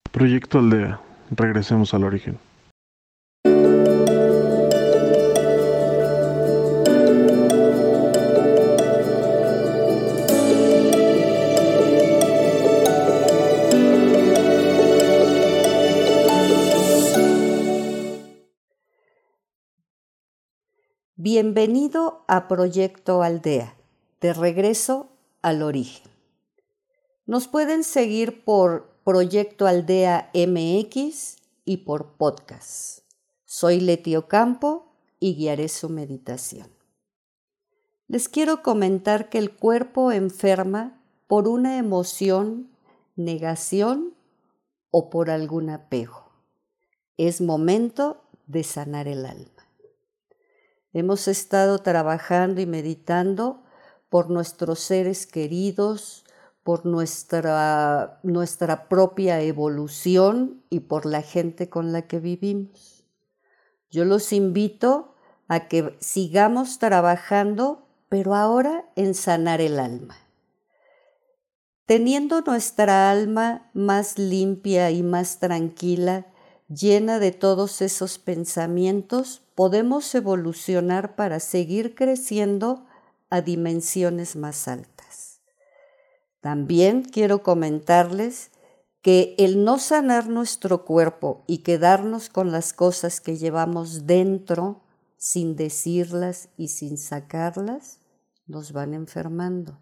Proyecto Aldea. Regresemos al origen. Bienvenido a Proyecto Aldea, de regreso al origen. Nos pueden seguir por Proyecto Aldea MX y por podcast. Soy Leti Ocampo y guiaré su meditación. Les quiero comentar que el cuerpo enferma por una emoción, negación o por algún apego. Es momento de sanar el alma. Hemos estado trabajando y meditando por nuestros seres queridos, por nuestra propia evolución y por la gente con la que vivimos. Yo los invito a que sigamos trabajando, pero ahora en sanar el alma. Teniendo nuestra alma más limpia y más tranquila, llena de todos esos pensamientos, podemos evolucionar para seguir creciendo a dimensiones más altas. También quiero comentarles que el no sanar nuestro cuerpo y quedarnos con las cosas que llevamos dentro, sin decirlas y sin sacarlas, nos van enfermando.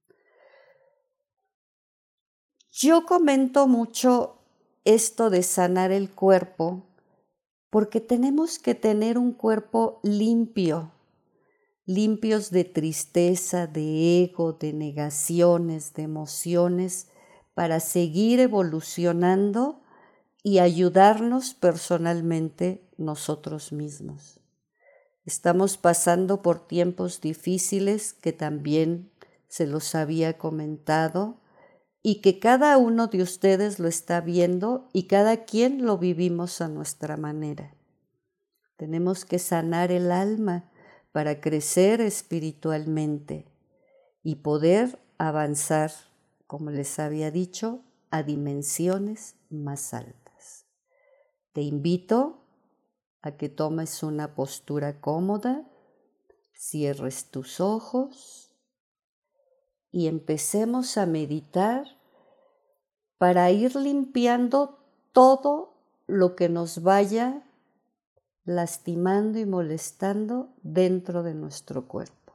Yo comento mucho esto de sanar el cuerpo porque tenemos que tener un cuerpo limpio, limpios de tristeza, de ego, de negaciones, de emociones, para seguir evolucionando y ayudarnos personalmente nosotros mismos. Estamos pasando por tiempos difíciles que también se los había comentado y que cada uno de ustedes lo está viendo y cada quien lo vivimos a nuestra manera. Tenemos que sanar el alma para crecer espiritualmente y poder avanzar, como les había dicho, a dimensiones más altas. Te invito a que tomes una postura cómoda, cierres tus ojos y empecemos a meditar para ir limpiando todo lo que nos vaya lastimando y molestando dentro de nuestro cuerpo.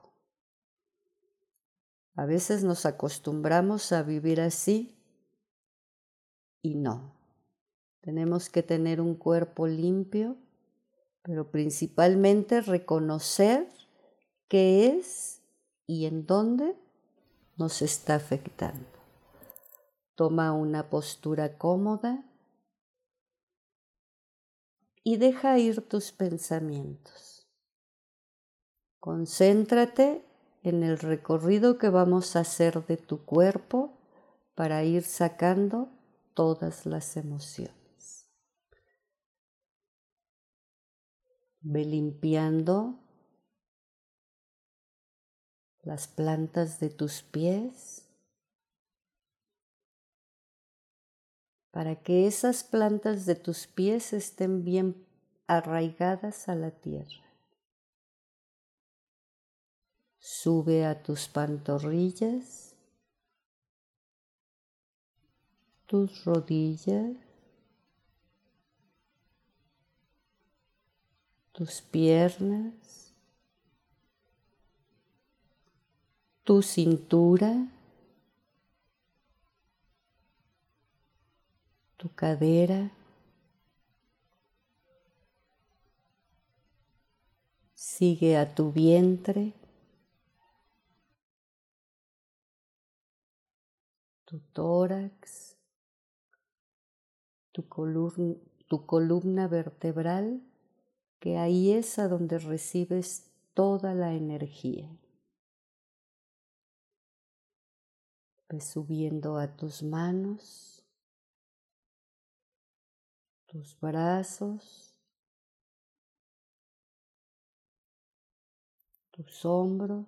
A veces nos acostumbramos a vivir así y no. Tenemos que tener un cuerpo limpio, pero principalmente reconocer qué es y en dónde nos está afectando. Toma una postura cómoda y deja ir tus pensamientos. Concéntrate en el recorrido que vamos a hacer de tu cuerpo para ir sacando todas las emociones. Ve limpiando las plantas de tus pies para que esas plantas de tus pies estén bien arraigadas a la tierra. Sube a tus pantorrillas, tus rodillas, tus piernas, tu cintura, tu cadera. Sigue a tu vientre, tu tórax, tu columna vertebral, que ahí es a donde recibes toda la energía. Ve subiendo a tus manos, tus brazos, tus hombros,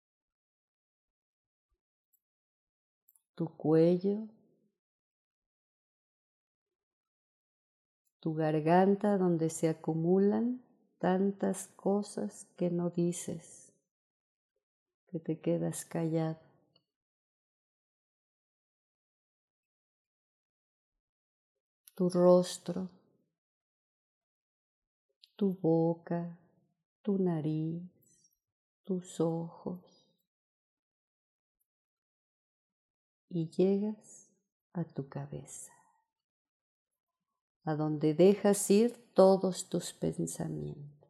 tu cuello, tu garganta donde se acumulan tantas cosas que no dices, que te quedas callado. Tu rostro, tu boca, tu nariz, tus ojos, y llegas a tu cabeza, a donde dejas ir todos tus pensamientos.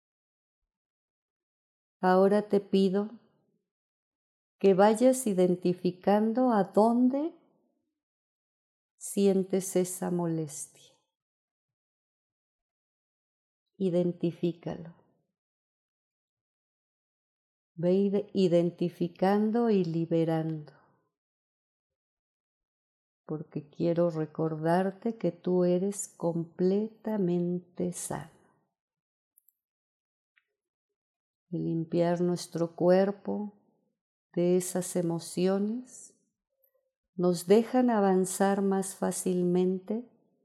Ahora te pido que vayas identificando a dónde sientes esa molestia. Identifícalo. Ve identificando y liberando, porque quiero recordarte que tú eres completamente sano. Y limpiar nuestro cuerpo de esas emociones nos dejan avanzar más fácilmente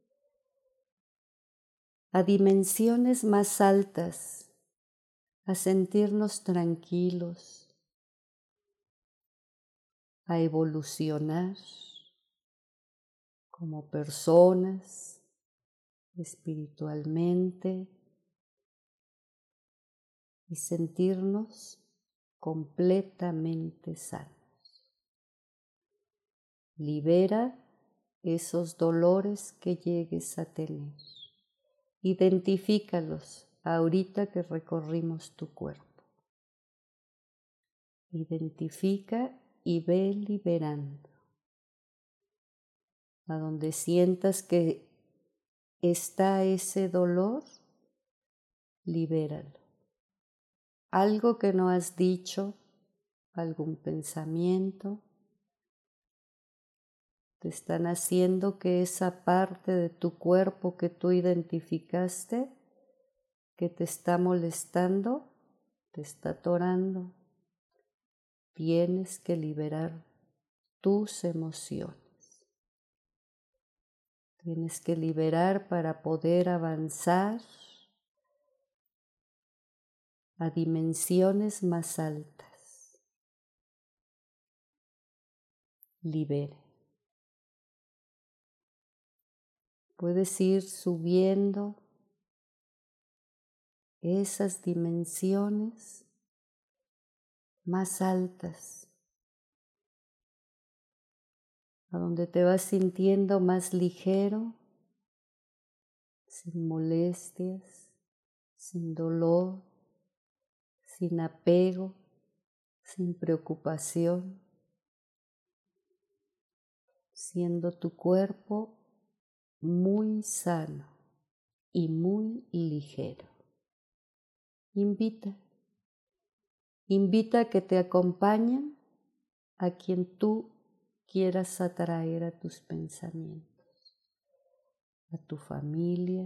a dimensiones más altas, a sentirnos tranquilos, a evolucionar como personas, espiritualmente, y sentirnos completamente sanos. Libera esos dolores que llegues a tener. Identifícalos ahorita que recorrimos tu cuerpo. Identifica y ve liberando. A donde sientas que está ese dolor, libéralo. Algo que no has dicho, algún pensamiento, te están haciendo que esa parte de tu cuerpo que tú identificaste, que te está molestando, te está atorando. Tienes que liberar tus emociones. Tienes que liberar para poder avanzar a dimensiones más altas. Libere. Puedes ir subiendo esas dimensiones más altas, a donde te vas sintiendo más ligero, sin molestias, sin dolor, sin apego, sin preocupación, siendo tu cuerpo muy sano y muy ligero. Invita a que te acompañen a quien tú quieras atraer a tus pensamientos, a tu familia,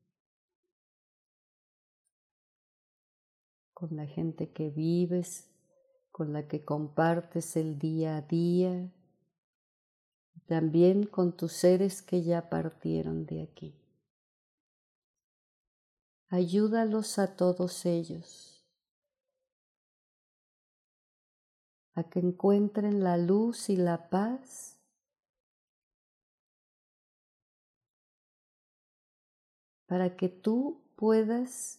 con la gente que vives, con la que compartes el día a día, también con tus seres que ya partieron de aquí. Ayúdalos a todos ellos a que encuentren la luz y la paz para que tú puedas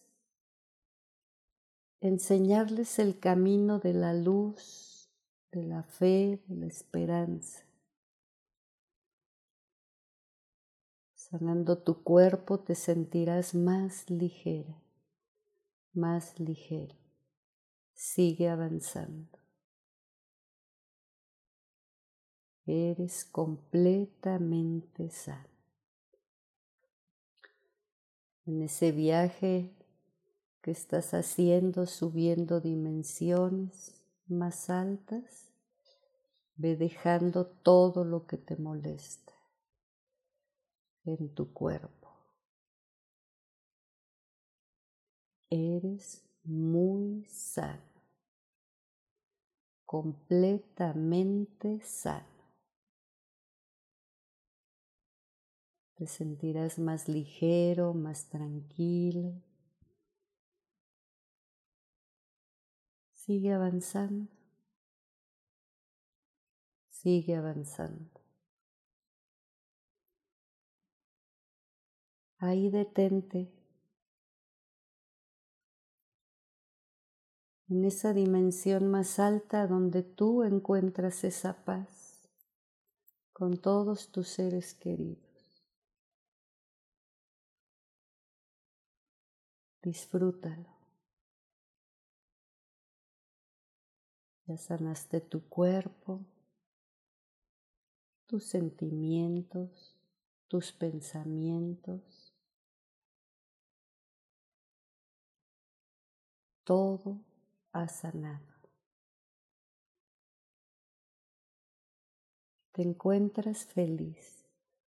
enseñarles el camino de la luz, de la fe, de la esperanza. Sanando tu cuerpo te sentirás más ligera, más ligero. Sigue avanzando. Eres completamente sano. En ese viaje que estás haciendo, subiendo dimensiones más altas, ve dejando todo lo que te molesta en tu cuerpo. Eres muy sano, completamente sano. Te sentirás más ligero, más tranquilo. Sigue avanzando. Sigue avanzando. Ahí detente. En esa dimensión más alta donde tú encuentras esa paz con todos tus seres queridos. Disfrútalo. Ya sanaste tu cuerpo, tus sentimientos, tus pensamientos. Todo ha sanado. Te encuentras feliz.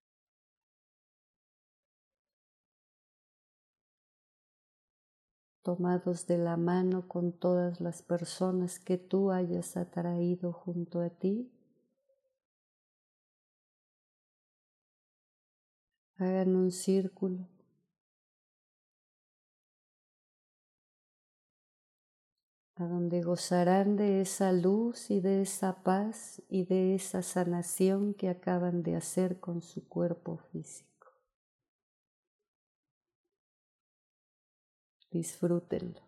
Tomados de la mano con todas las personas que tú hayas atraído junto a ti, hagan un círculo a donde gozarán de esa luz y de esa paz y de esa sanación que acaban de hacer con su cuerpo físico. Disfrútenlo.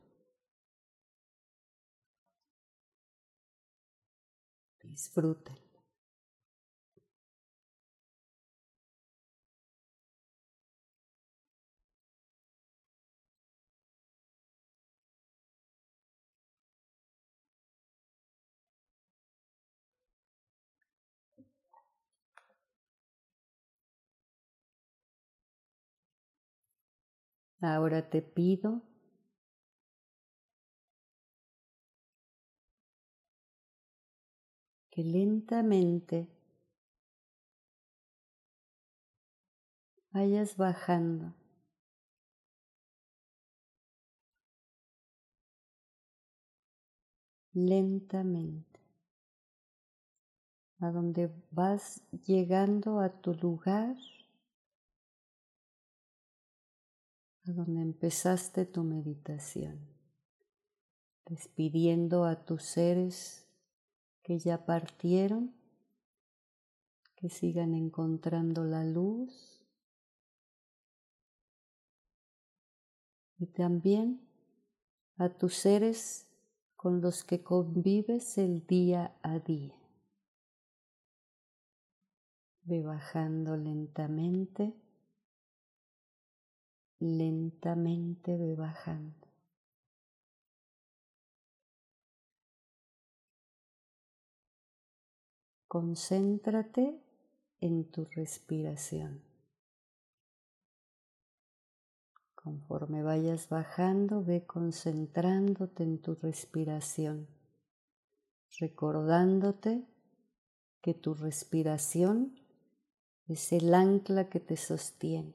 Disfrútenlo. Ahora te pido que lentamente vayas bajando lentamente a donde vas llegando a tu lugar, a donde empezaste tu meditación, despidiendo a tus seres que ya partieron, que sigan encontrando la luz y también a tus seres con los que convives el día a día. Ve bajando lentamente, lentamente ve bajando. Concéntrate en tu respiración. Conforme vayas bajando, ve concentrándote en tu respiración, recordándote que tu respiración es el ancla que te sostiene.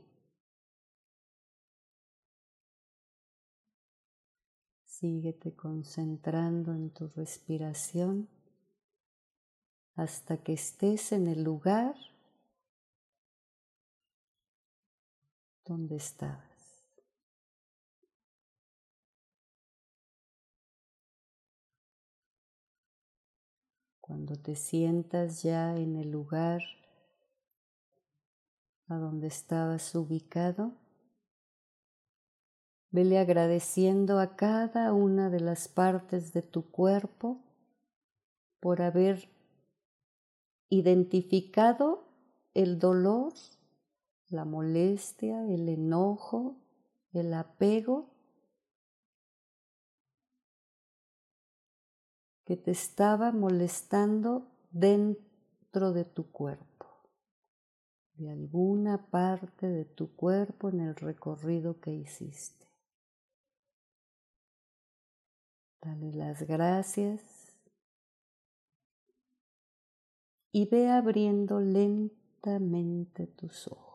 Síguete concentrando en tu respiración hasta que estés en el lugar donde estabas. Cuando te sientas ya en el lugar a donde estabas ubicado, vele agradeciendo a cada una de las partes de tu cuerpo por haber identificado el dolor, la molestia, el enojo, el apego que te estaba molestando dentro de tu cuerpo, de alguna parte de tu cuerpo en el recorrido que hiciste. Dale las gracias y ve abriendo lentamente tus ojos.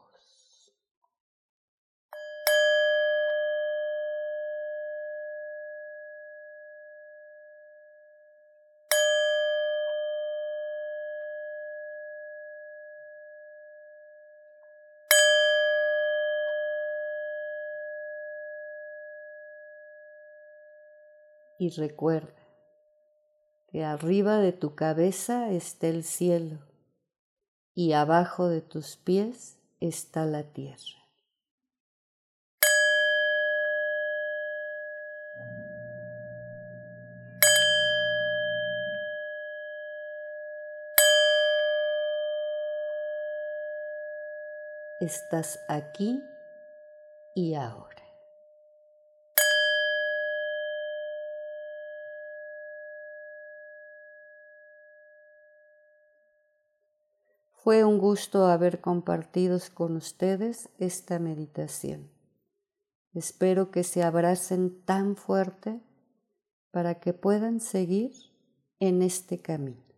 Y recuerda que arriba de tu cabeza está el cielo y abajo de tus pies está la tierra. Estás aquí y ahora. Fue un gusto haber compartido con ustedes esta meditación. Espero que se abracen tan fuerte para que puedan seguir en este camino.